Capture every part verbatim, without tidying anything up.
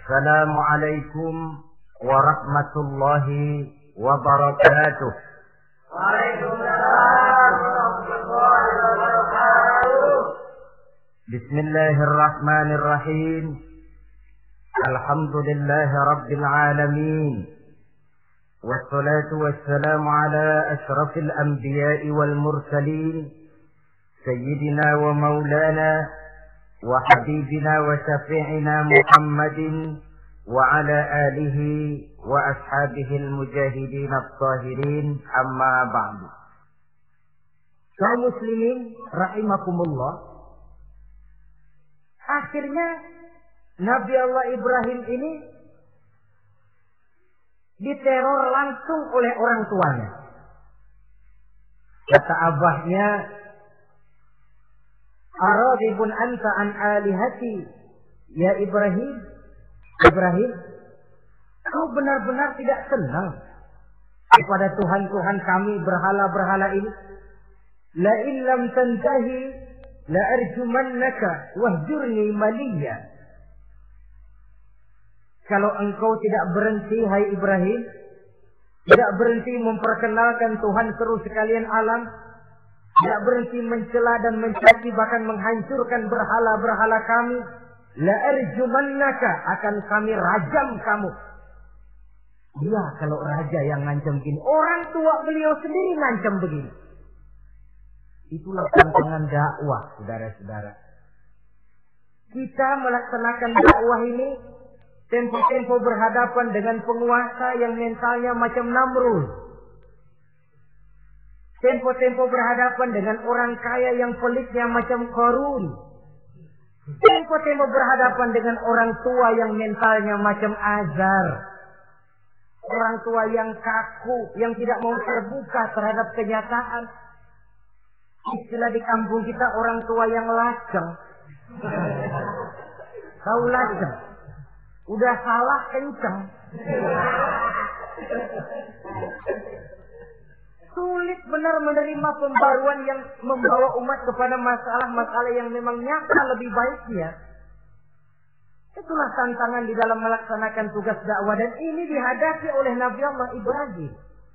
Assalamualaikum warahmatullahi wabarakatuh. Waalaikumsalam warahmatullahi wabarakatuh. Bismillahirrahmanirrahim. Alhamdulillahi rabbil alamin. Wassalatu wassalamu ala ashrafil anbiya'i wal mursalin. Sayyidina wa maulana wa habibina wa syafi'ina Muhammadin wa ala alihi wa ashabihi al-mujahidin at-tahirin, amma ba'du. Kaum muslimin rahimakumullah, akhirnya Nabi Allah Ibrahim ini diteror langsung oleh orang tuanya. Kata abahnya, "Aradibun anta an alihati ya Ibrahim? Ibrahim, kau benar-benar tidak senang kepada Tuhan-Tuhan kami berhala-berhala ini? La in lam tantahi la arjumannaka wahjurni maliya." Kalau engkau tidak berhenti, hai Ibrahim, tidak berhenti memperkenalkan Tuhan seru sekalian alam, tidak berhenti mencela dan mencaci bahkan menghancurkan berhala-berhala kami, la arjumannaka, akan kami rajam kamu. Iya, kalau raja yang ngancam begini, orang tua beliau sendiri ngancam begini. Itulah tantangan dakwah, saudara-saudara. Kita melaksanakan dakwah ini tempo-tempo berhadapan dengan penguasa yang mentalnya macam Namrud. Tempo-tempo berhadapan dengan orang kaya yang pelitnya macam Qarun. Tempo-tempo berhadapan dengan orang tua yang mentalnya macam Azar. Orang tua yang kaku, yang tidak mau terbuka terhadap kenyataan. Istilah di kampung kita, orang tua yang laceng. Tahu laceng? Udah salah kenceng. Sulit benar menerima pembaruan yang membawa umat kepada masalah-masalah yang memang nyata lebih baiknya. Itulah tantangan di dalam melaksanakan tugas dakwah, dan ini dihadapi oleh Nabi Allah Ibrahim.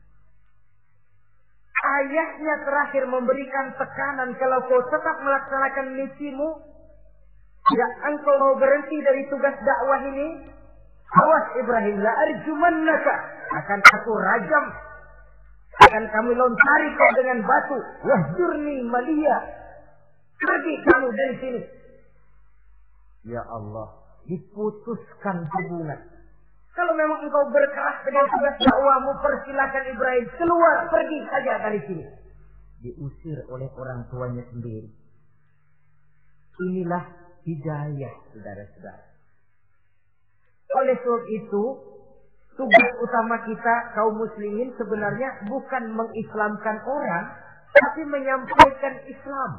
Ayahnya terakhir memberikan tekanan, kalau kau tetap melaksanakan misimu, tidak engkau mau berhenti dari tugas dakwah ini, awas Ibrahim, la arjumannaka, akan aku rajam, akan kami lontari kau dengan batu, wahjurni maliya, pergi kamu dari sini. Ya Allah, diputuskan hubungan. Kalau memang engkau berkeras dengan tugas dakwahmu, persilakan Ibrahim keluar, pergi saja dari sini. Diusir oleh orang tuanya sendiri. Inilah hidayah, saudara-saudara. Oleh sebab itu, tugas utama kita kaum muslimin sebenarnya bukan mengislamkan orang, tapi menyampaikan Islam.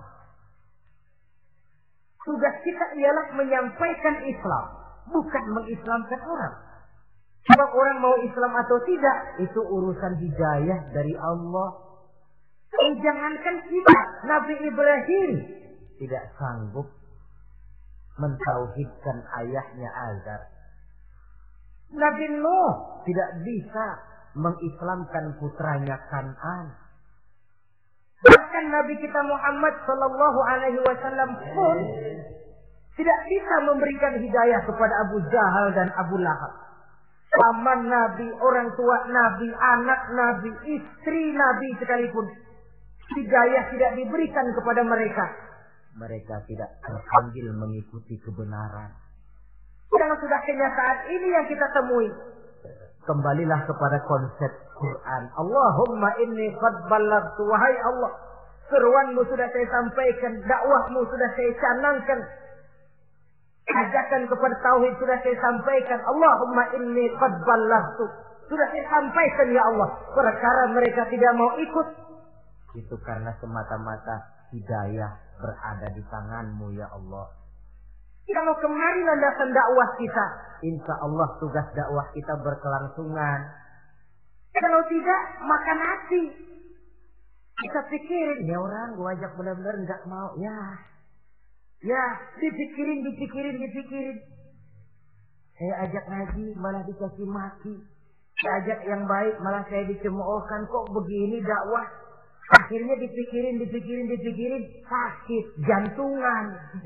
Tugas kita ialah menyampaikan Islam, bukan mengislamkan orang. Sebab orang mau Islam atau tidak, itu urusan hidayah dari Allah. Eh, jangankan kita, Nabi Ibrahim tidak sanggup mentauhidkan ayahnya Azar. Nabi Nuh tidak bisa mengislamkan putranya Kan'an. Bahkan Nabi kita Muhammad Sallallahu Alaihi Wasallam pun tidak bisa memberikan hidayah kepada Abu Jahal dan Abu Lahab. Paman Nabi, orang tua Nabi, anak Nabi, istri Nabi sekalipun, hidayah tidak diberikan kepada mereka. Mereka tidak terpanggil mengikuti kebenaran. Karena sudah kenyataan ini yang kita temui. Kembalilah kepada konsep Quran. Allahumma inni qad ballaghtu, wahai Allah, seruanmu sudah saya sampaikan, dakwahmu sudah saya canangkan, ajakan kepada tauhid sudah saya sampaikan. Allahumma inni qad ballaghtu, sudah saya sampaikan ya Allah. Perkara mereka tidak mau ikut, itu karena semata-mata hidayah berada di tanganmu ya Allah. Kalau kemarin landasan dakwah kita, insya Allah tugas dakwah kita berkelangsungan. Kalau tidak, makan hati. Kita pikirin, ya orang gua ajak benar-benar nggak mau, ya, ya dipikirin, dipikirin, dipikirin. Saya ajak ngaji malah dikasih maki. Saya ajak yang baik malah saya dicemoohkan. Kok begini dakwah? Akhirnya dipikirin, dipikirin, dipikirin. Sakit, jantungan.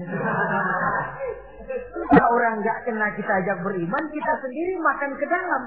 Kalau orang nggak kena kita ajak beriman, kita sendiri makan ke dalam.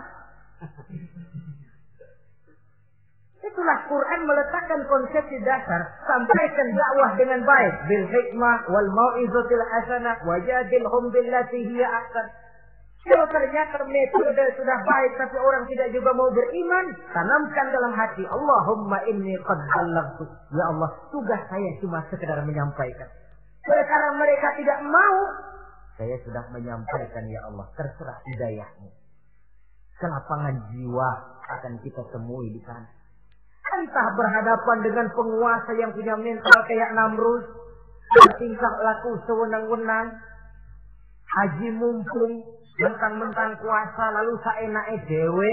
Itulah Quran meletakkan konsepsi dasar. Sampaikan dakwah dengan baik. Bil hikmah wal mau'izatil hasanah wajadilhum billati hiya ahsan. Kalau ternyata metode sudah baik tapi orang tidak juga mau beriman, tanamkan dalam hati, Allahumma inni qad ballaghtu. Ya Allah, tugas saya cuma sekedar menyampaikan. Karena mereka tidak mau, saya sudah menyampaikan, ya Allah, terserah hidayahmu. Kelapangan jiwa akan kita temui di sana. Entah berhadapan dengan penguasa yang punya mental kayak Namrud, bertingkah laku sewenang-wenang, haji mumpung, mentang-mentang kuasa lalu saenake dhewe,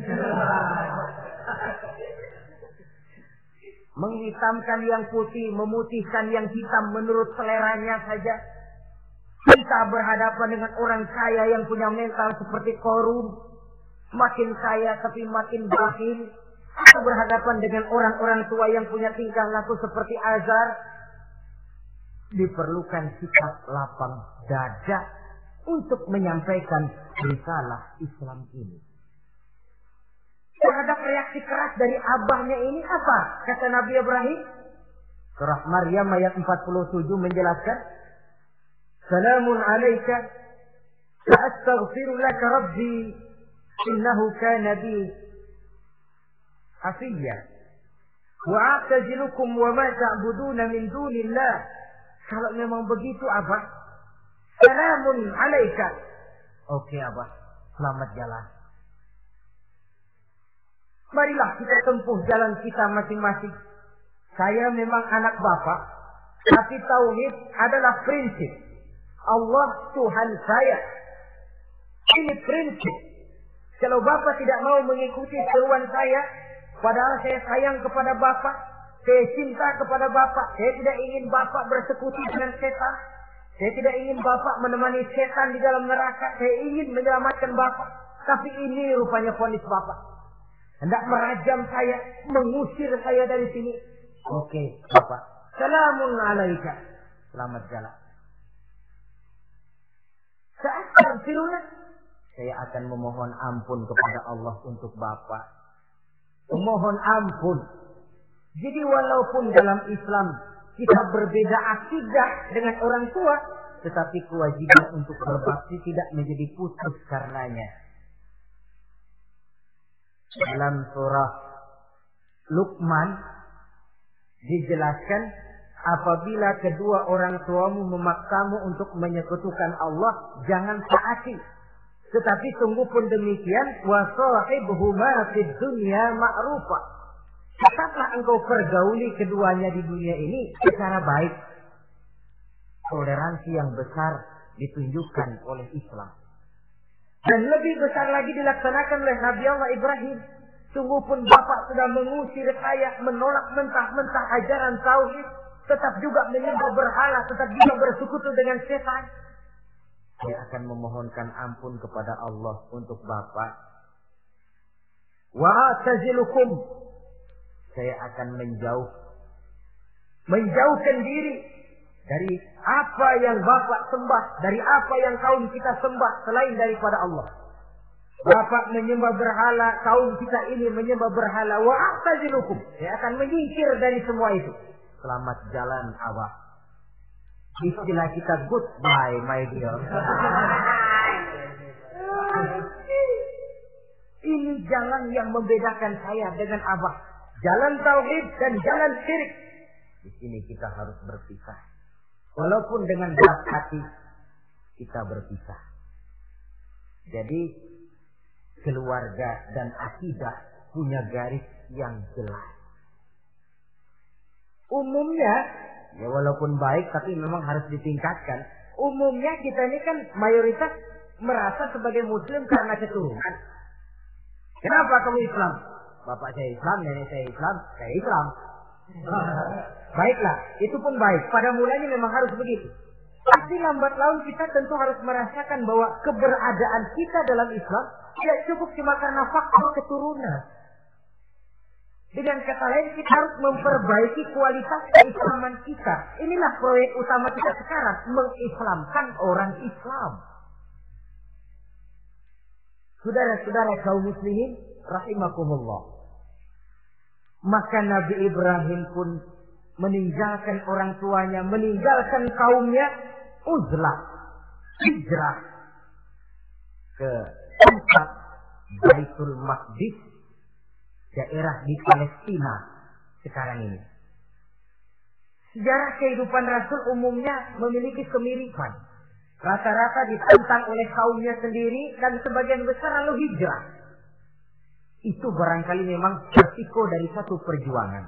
menghitamkan yang putih, memutihkan yang hitam menurut seleranya saja. Kita berhadapan dengan orang kaya yang punya mental seperti Korun, makin kaya tapi makin bakhil. Kita berhadapan dengan orang-orang tua yang punya tingkah laku seperti Azar. Diperlukan sikap lapang dada untuk menyampaikan risalah Islam ini. Terhadap reaksi keras dari abahnya ini apa? Kata Nabi Ibrahim. Surah Maryam ayat empat puluh tujuh menjelaskan, Salamun alaika sa'astaghfiru laka rabbi innahu kana bi hafiyya wa a'tazilukum wa ma ta'buduna min dunillah. Kalau memang begitu Abah, salamun alaika. Oke Abah, selamat jalan. Marilah kita tempuh jalan kita masing-masing. Saya memang anak Bapak, tapi tauhid adalah prinsip. Allah Tuhan saya. Ini prinsip. Kalau Bapak tidak mau mengikuti seruan saya, padahal saya sayang kepada Bapak, saya cinta kepada Bapak, saya tidak ingin Bapak bersekutu dengan setan, saya tidak ingin Bapak menemani setan di dalam neraka, saya ingin menyelamatkan Bapak. Tapi ini rupanya vonis Bapak. Hendak merajam saya, mengusir saya dari sini. Oke, Bapak. Salamun alaika. Selamat jalan. Astagfirullah. Saya akan memohon ampun kepada Allah untuk Bapak. Memohon ampun. Jadi walaupun dalam Islam kita berbeda akidah dengan orang tua, tetapi kewajiban untuk berbakti tidak menjadi putus karenanya. Dalam surah Luqman dijelaskan, apabila kedua orang tuamu memaksamu untuk menyekutukan Allah, jangan taati. Tetapi sungguh pun demikian, wa sahibhuma fid dunya ma'rufa. Tetaplah engkau pergauli keduanya di dunia ini secara baik. Toleransi yang besar ditunjukkan oleh Islam. Dan lebih besar lagi dilaksanakan oleh Nabi Allah Ibrahim. Sungguh pun Bapak sudah mengusir saya, menolak mentah-mentah ajaran tauhid, tetap juga menyembah berhala, tetap juga bersekutu dengan setan. Saya akan memohonkan ampun kepada Allah untuk Bapak. Wa tazilukum. Saya akan menjauh, menjauhkan diri dari apa yang Bapak sembah, dari apa yang kaum kita sembah selain daripada Allah. Bapak menyembah berhala, kaum kita ini menyembah berhala. Wa a'tazilukum. Saya akan menyingkir dari semua itu. Selamat jalan, Abah. Istilah kita goodbye, my dear. Ini jalan yang membedakan saya dengan Abah. Jalan tauhid dan jalan syirik. Di sini kita harus berpisah. Walaupun dengan berat hati kita berpisah. Jadi keluarga dan akidah punya garis yang jelas. Umumnya, ya walaupun baik tapi memang harus ditingkatkan. Umumnya kita ini kan mayoritas merasa sebagai muslim karena keturunan. Kenapa kamu Islam? Bapak saya Islam, nenek saya Islam, saya Islam. Baiklah, itu pun baik. Pada mulanya memang harus begitu. Tapi lambat laun kita tentu harus merasakan bahwa keberadaan kita dalam Islam tidak cukup cuma karena faktor keturunan. Dengan kata lain, kita harus memperbaiki kualitas keislaman kita. Inilah proyek utama kita sekarang, mengislamkan orang Islam. Saudara-saudara kaum muslimin rahimakumullah. Maka Nabi Ibrahim pun meninggalkan orang tuanya, meninggalkan kaumnya, uzlah, hijrah ke tempat Baitul Maqdis, daerah di Palestina sekarang ini. Sejarah kehidupan Rasul umumnya memiliki kemiripan. Rata-rata ditentang oleh kaumnya sendiri dan sebagian besar lalu hijrah. Itu barangkali memang resiko dari satu perjuangan.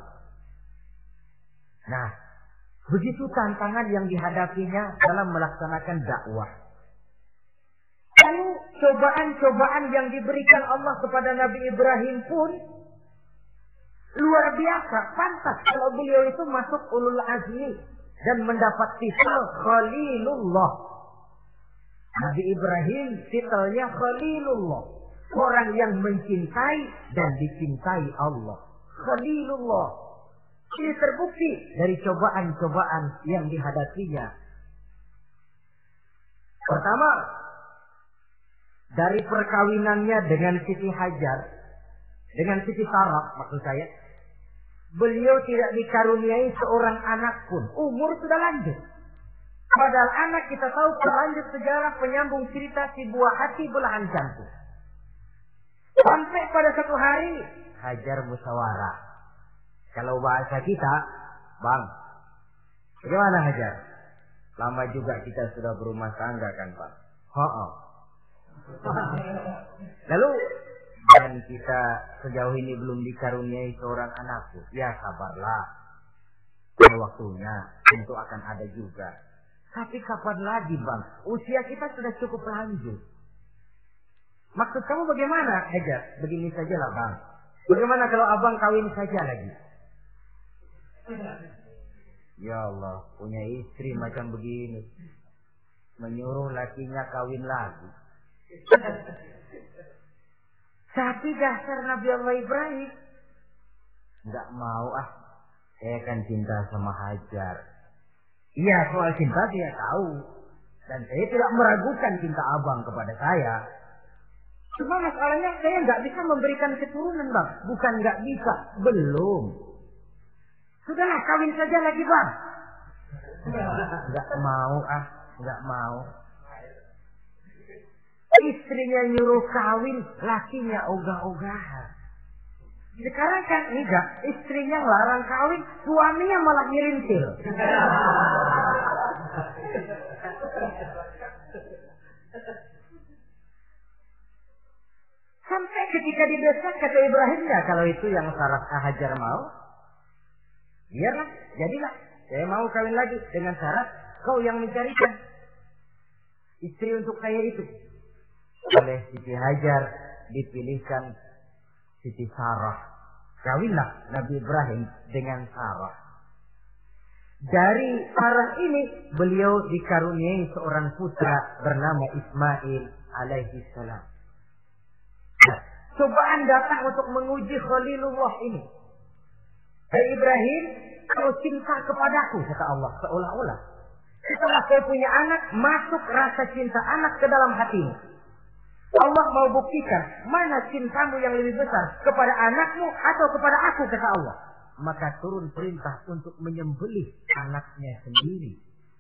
Nah, begitu tantangan yang dihadapinya dalam melaksanakan dakwah. Lalu cobaan-cobaan yang diberikan Allah kepada Nabi Ibrahim pun luar biasa. Pantas kalau beliau itu masuk ulul azmi dan mendapat titel Khalilullah. Nabi Ibrahim titelnya Khalilullah, orang yang mencintai dan dicintai Allah. Khalilullah. Ini terbukti dari cobaan-cobaan yang dihadapinya. Pertama, dari perkawinannya dengan Siti Hajar, dengan Siti Sarah maksud saya, beliau tidak dikaruniai seorang anak pun. Umur sudah lanjut. Padahal anak kita tahu pelanjut sejarah, penyambung cerita, si buah hati, belahan jantung. Sampai pada satu hari Hajar musyawarah. Kalau bahasa kita, Bang, bagaimana Hajar? Lama juga kita sudah berumah tangga kan Pak? Ho-ho. Lalu, dan kita sejauh ini belum dikaruniai seorang anakku. Ya sabarlah. Pada waktunya tentu akan ada juga. Tapi kapan lagi Bang? Usia kita sudah cukup lanjut. Maksud kamu bagaimana Hajar? Begini sajalah Bang. Bagaimana kalau abang kawin saja lagi? Ya Allah, punya istri macam begini, menyuruh lakinya kawin lagi. Tapi dasar Nabi Allah Ibrahim, nggak mau ah, saya kan cinta sama Hajar. Iya, soal cinta saya tahu, dan saya tidak meragukan cinta abang kepada saya. Cuma masalahnya saya nggak bisa memberikan keturunan Bang. Bukan nggak bisa, belum. Sudahlah, kawin saja lagi Bang. Nggak mau ah, nggak mau. Istrinya nyuruh kawin, lakinya ogah-ogahan. Sekarang kan enggak, istrinya larang kawin, suaminya malah ngirintil. Sampai ketika didesak kata Ibrahim, ya kalau itu yang Sarah Hajar mau, biarlah, jadilah. Saya mau kawin lagi dengan syarat kau yang mencarikan istri untuk saya itu. Oleh Siti Hajar dipilihkan Siti Sarah. Kawinlah Nabi Ibrahim dengan Sarah. Dari Sarah ini beliau dikaruniai seorang putra bernama Ismail alaihi salam. Nah, cobaan datang untuk menguji Khalilullah ini. Hai Ibrahim, kau cinta kepadaku, kata Allah seolah-olah. Setelah kau punya anak, masuk rasa cinta anak ke dalam hatimu. Allah mau buktikan mana cintamu yang lebih besar, kepada anakmu atau kepada aku, kata Allah. Maka turun perintah untuk menyembelih anaknya sendiri.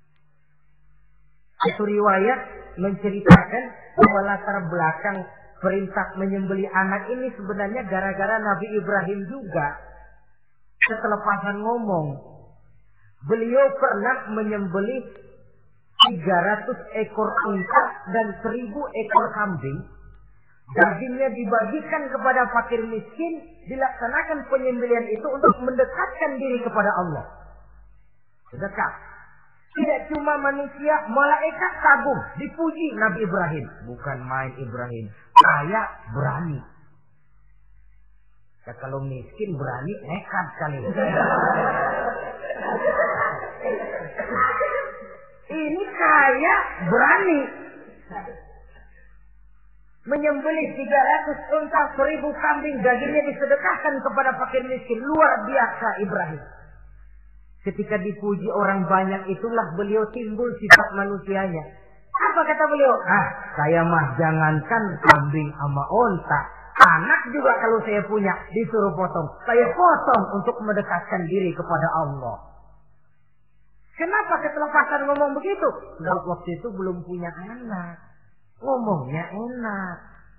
Satu riwayat menceritakan bahwa latar belakang perintah menyembelih anak ini sebenarnya gara-gara Nabi Ibrahim juga. Sekelepasan ngomong, beliau pernah menyembelih tiga ratus ekor unta dan seribu ekor kambing. Dagingnya dibagikan kepada fakir miskin, dilaksanakan penyembelihan itu untuk mendekatkan diri kepada Allah. Sedekah. Tidak cuma manusia, malaikat kagum, dipuji Nabi Ibrahim. Bukan main Ibrahim, kaya berani. Ya, kalau miskin berani, nekat kali. Ini kaya berani menyembelih tiga ratus unta, seribu kambing, dagingnya disedekahkan kepada fakir miskin. Luar biasa Ibrahim. Ketika dipuji orang banyak itulah beliau timbul sifat manusianya. Apa kata beliau? Ah, saya mah jangankan kambing sama unta, anak juga kalau saya punya disuruh potong, saya potong untuk mendekatkan diri kepada Allah. Kenapa ketelepasan ngomong begitu? Sebab waktu itu belum punya anak. Ngomongnya enak.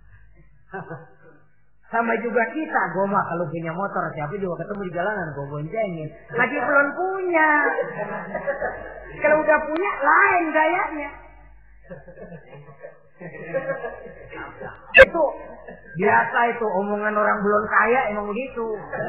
Sama juga kita, goma kalau punya motor, siapa juga ketemu di jalanan, gue boncengin. Lagi belum punya. Kalau udah punya, lain gayanya. Itu biasa itu, omongan orang belum kaya emang begitu.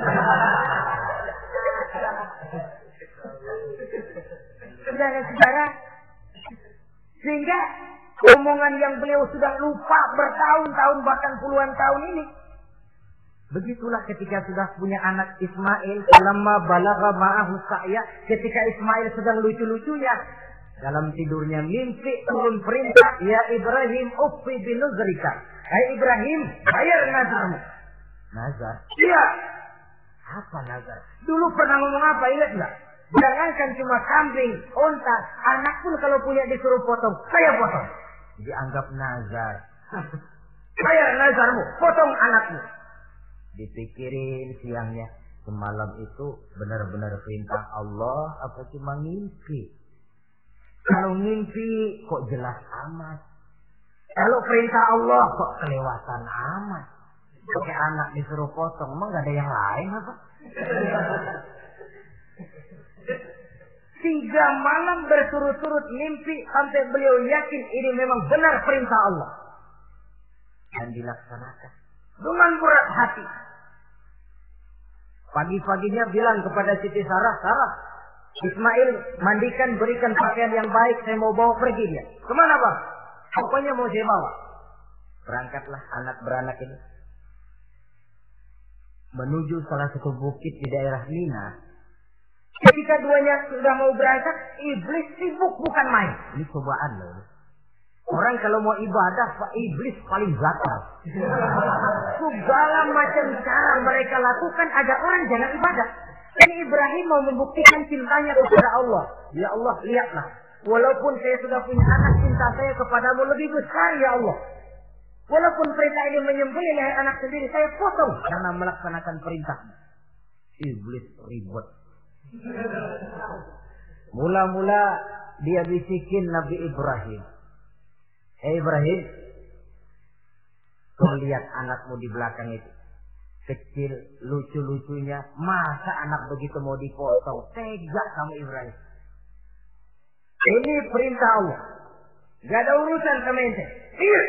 Saudara-saudara, sehingga omongan yang beliau sudah lupa bertahun-tahun bahkan puluhan tahun ini. Begitulah ketika sudah punya anak Ismail, falamma balagha ma'ahu sa'ya, ketika Ismail sedang lucu-lucunya dalam tidurnya mimpi turun perintah, ya Ibrahim uffi binuzrika. Hai Ibrahim, bayar nazarmu. Nazar? Iya. Apa nazar? Dulu pernah ngomong apa, ingat enggak? Jangankan cuma kambing, unta, anak pun kalau punya disuruh potong, saya potong. Dianggap nazar. Bayar nazarmu, potong anakmu. Dipikirin siangnya, semalam itu benar-benar perintah Allah apa cuma ngimpi? Kalau ngimpi kok jelas amat. Kalau perintah Allah kok kelewatan amat. Pakai anak disuruh potong, emang gak ada yang lain apa? Tiga malam berturut-turut mimpi sampai beliau yakin ini memang benar perintah Allah. Dan dilaksanakan dengan berat hati. Pagi-paginya bilang kepada Siti Sarah, Sarah, Ismail mandikan, berikan pakaian yang baik, saya mau bawa pergi dia. Kemana bang? Pokoknya mau saya bawa. Berangkatlah anak beranak ini menuju salah satu bukit di daerah Mina. Ketika duanya sudah mau berangkat, iblis sibuk bukan main. Ini cobaan loh. Orang kalau mau ibadah, iblis paling gatal. Segala macam cara mereka lakukan agar orang jangan ibadah. Ini Ibrahim mau membuktikan cintanya kepada Allah. Ya Allah, lihatlah. Walaupun saya sudah punya anak, cinta saya kepadamu lebih besar ya Allah. Walaupun perintah ini menyembelih leher anak sendiri, saya potong karena melaksanakan perintahmu. Iblis ribut. Mula-mula dia bisikin Nabi Ibrahim. Hei Ibrahim, kau lihat anakmu di belakang itu. Kecil, lucu-lucunya. Masa anak begitu mau dipotong? Tega kamu Ibrahim. Ini perintah Allah. Gak ada urusan sama ente. Iya.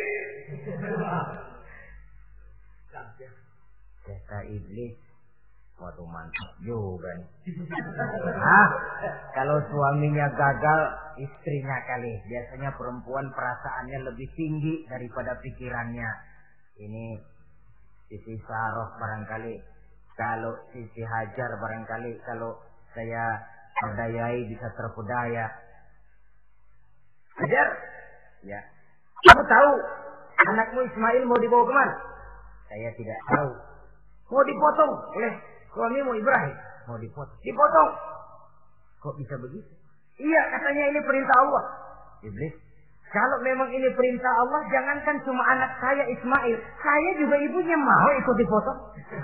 Kata iblis, waduh mantap juga nih. Ah, kalau suaminya gagal, istrinya kali. Biasanya perempuan perasaannya lebih tinggi daripada pikirannya. Ini Siti Saroh barangkali. Kalau Siti Hajar barangkali. Kalau saya berdayai bisa terpedaya. Hajar, ya. Kamu tahu anakmu Ismail mau dibawa kemana? Saya tidak tahu. Mau dipotong oleh suamimu Ibrahim. Mau dipotong. Dipotong. Kok bisa begitu? Iya, katanya ini perintah Allah. Iblis, kalau memang ini perintah Allah, jangankan cuma anak saya Ismail, saya juga ibunya mau ikut dipotong.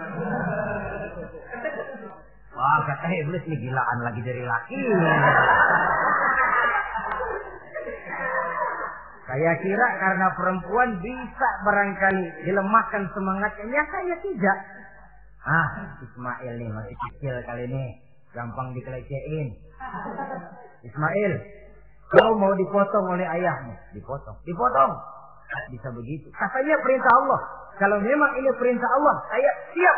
Wah, kata iblis ini gilaan lagi dari laki. Saya kira karena perempuan bisa barangkali dilemahkan semangatnya, ya saya tidak. Ah, Ismail nih masih kecil kali ini, gampang dikelecehin. Ismail, kau mau dipotong oleh ayahmu, dipotong, dipotong. Bisa begitu. Katanya perintah Allah. Kalau memang ini perintah Allah, saya siap.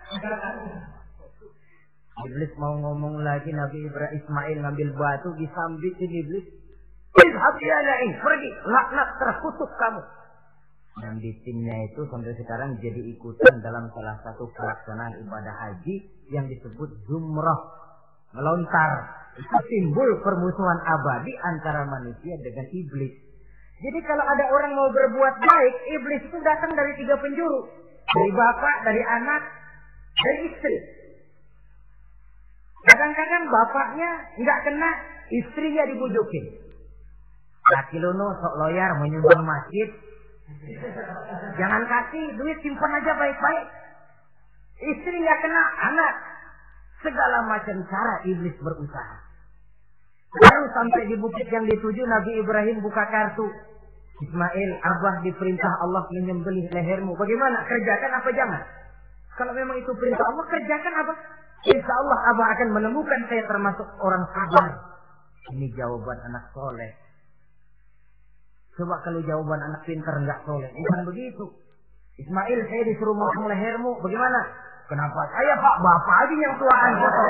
Iblis mau ngomong lagi, Nabi Ibrahim Ismail ngambil batu disambitin iblis. Izhab ya la'in, pergi, laknat terkutuk kamu. Dan di timnya itu sampai sekarang jadi ikutan dalam salah satu pelaksanaan ibadah haji yang disebut Zumrah. melontar. Itu timbul permusuhan abadi antara manusia dengan iblis. Jadi kalau ada orang mau berbuat baik, iblis itu datang dari tiga penjuru. Dari bapak, dari anak, dari istri. Kadang-kadang bapaknya nggak kena, istrinya dibujukin. Laki lono sok loyar menyumbang masjid. Jangan kasih duit, simpan aja baik-baik. Istri nggak kena, anak. Segala macam cara iblis berusaha. Baru sampai di bukit yang dituju, Nabi Ibrahim buka kartu. Ismail, Abah diperintah Allah menyembelih lehermu. Bagaimana? Kerjakan apa jangan? Kalau memang itu perintah Allah, kerjakan apa? Insya Allah Abah akan menemukan saya termasuk orang sabar. Ini jawaban anak soleh. Coba kalau jawaban anak pintar nggak soleh, bukan begitu. Ismail, saya disuruh motong lehermu. Bagaimana? Kenapa? Saya Pak, Bapak aja yang tuaan potong.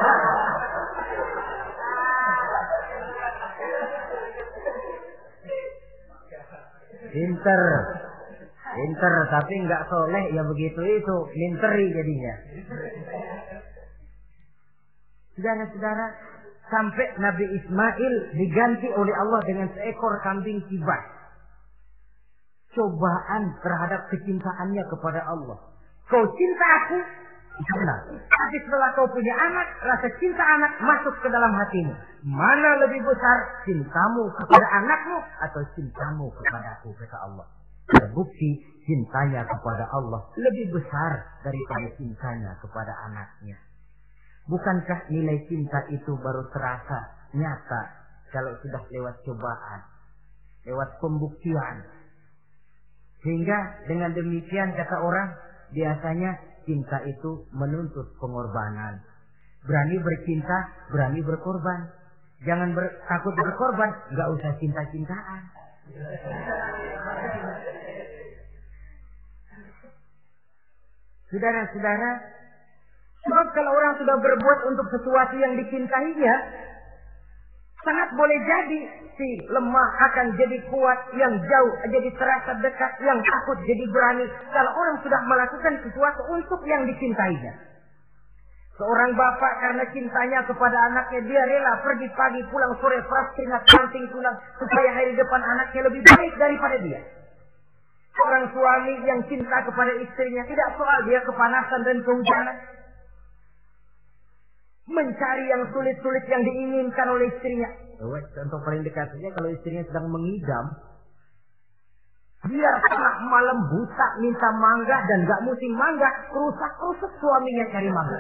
Pinter, pinter, tapi nggak soleh, ya begitu itu, minteri jadinya. Saudara-saudara, sampai Nabi Ismail diganti oleh Allah dengan seekor kambing kibas. Cobaan terhadap kecintaannya kepada Allah. Kau cinta aku, itu benar. Tapi setelah kau punya anak, rasa cinta anak masuk ke dalam hatimu. Mana lebih besar, cintamu kepada anakmu atau cintamu kepada aku, kata Allah. Terbukti cintanya kepada Allah lebih besar daripada cintanya kepada anaknya. Bukankah nilai cinta itu baru terasa nyata kalau sudah lewat cobaan, lewat pembuktian. Sehingga dengan demikian kata orang, biasanya cinta itu menuntut pengorbanan. Berani bercinta, berani berkorban. Jangan ber, takut berkorban, nggak usah cinta-cintaan. Saudara-saudara, sebab kalau orang sudah berbuat untuk sesuatu yang dicintainya, sangat boleh jadi si lemah akan jadi kuat, yang jauh jadi terasa dekat, yang takut jadi berani. Kalau orang sudah melakukan sesuatu untuk yang dicintainya. Seorang bapak karena cintanya kepada anaknya, dia rela pergi pagi pulang sore, peras keringat banting tulang supaya hari depan anaknya lebih baik daripada dia. Seorang suami yang cinta kepada istrinya, tidak soal dia kepanasan dan kehujanan, mencari yang sulit-sulit yang diinginkan oleh istrinya. Contoh paling dekat saja, kalau istrinya sedang mengidam, dia tengah malam buta minta mangga dan gak musim mangga, rusak-rusak suaminya cari mangga.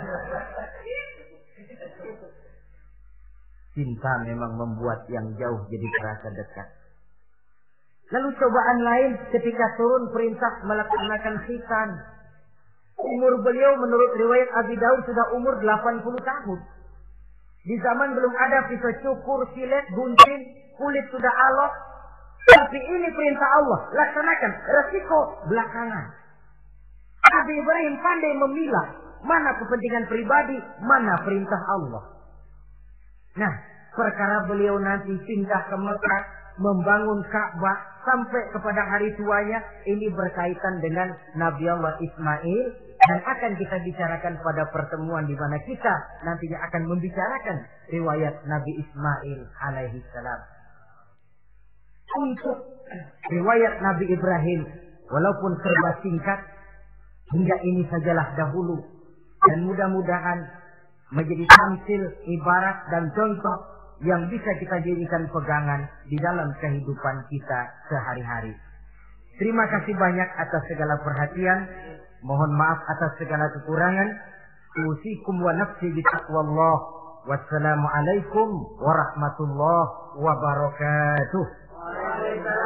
Cinta memang membuat yang jauh jadi terasa dekat. Lalu cobaan lain ketika turun perintah melaksanakan khitan. Umur beliau menurut riwayat Abi Daud sudah umur delapan puluh tahun. Di zaman belum ada pisau cukur, silet, gunting, kulit sudah alot. Tapi ini perintah Allah, laksanakan. Resiko belakangan. Nabi Ibrahim pandai memilah mana kepentingan pribadi, mana perintah Allah. Nah, perkara beliau nanti pindah ke Mekah, membangun Ka'bah sampai kepada hari tuanya, ini berkaitan dengan Nabi Allah Ismail, dan akan kita bicarakan pada pertemuan di mana kita nantinya akan membicarakan riwayat Nabi Ismail alaihi salam. Untuk riwayat Nabi Ibrahim, walaupun serba singkat, hingga ini sajalah dahulu, dan mudah-mudahan menjadi tamsil, ibarat dan contoh yang bisa kita jadikan pegangan di dalam kehidupan kita sehari-hari. Terima kasih banyak atas segala perhatian. Mohon maaf atas segala kekurangan. Usikum wa nafsi bitaqwallah. Wassalamualaikum warahmatullahi wabarakatuh.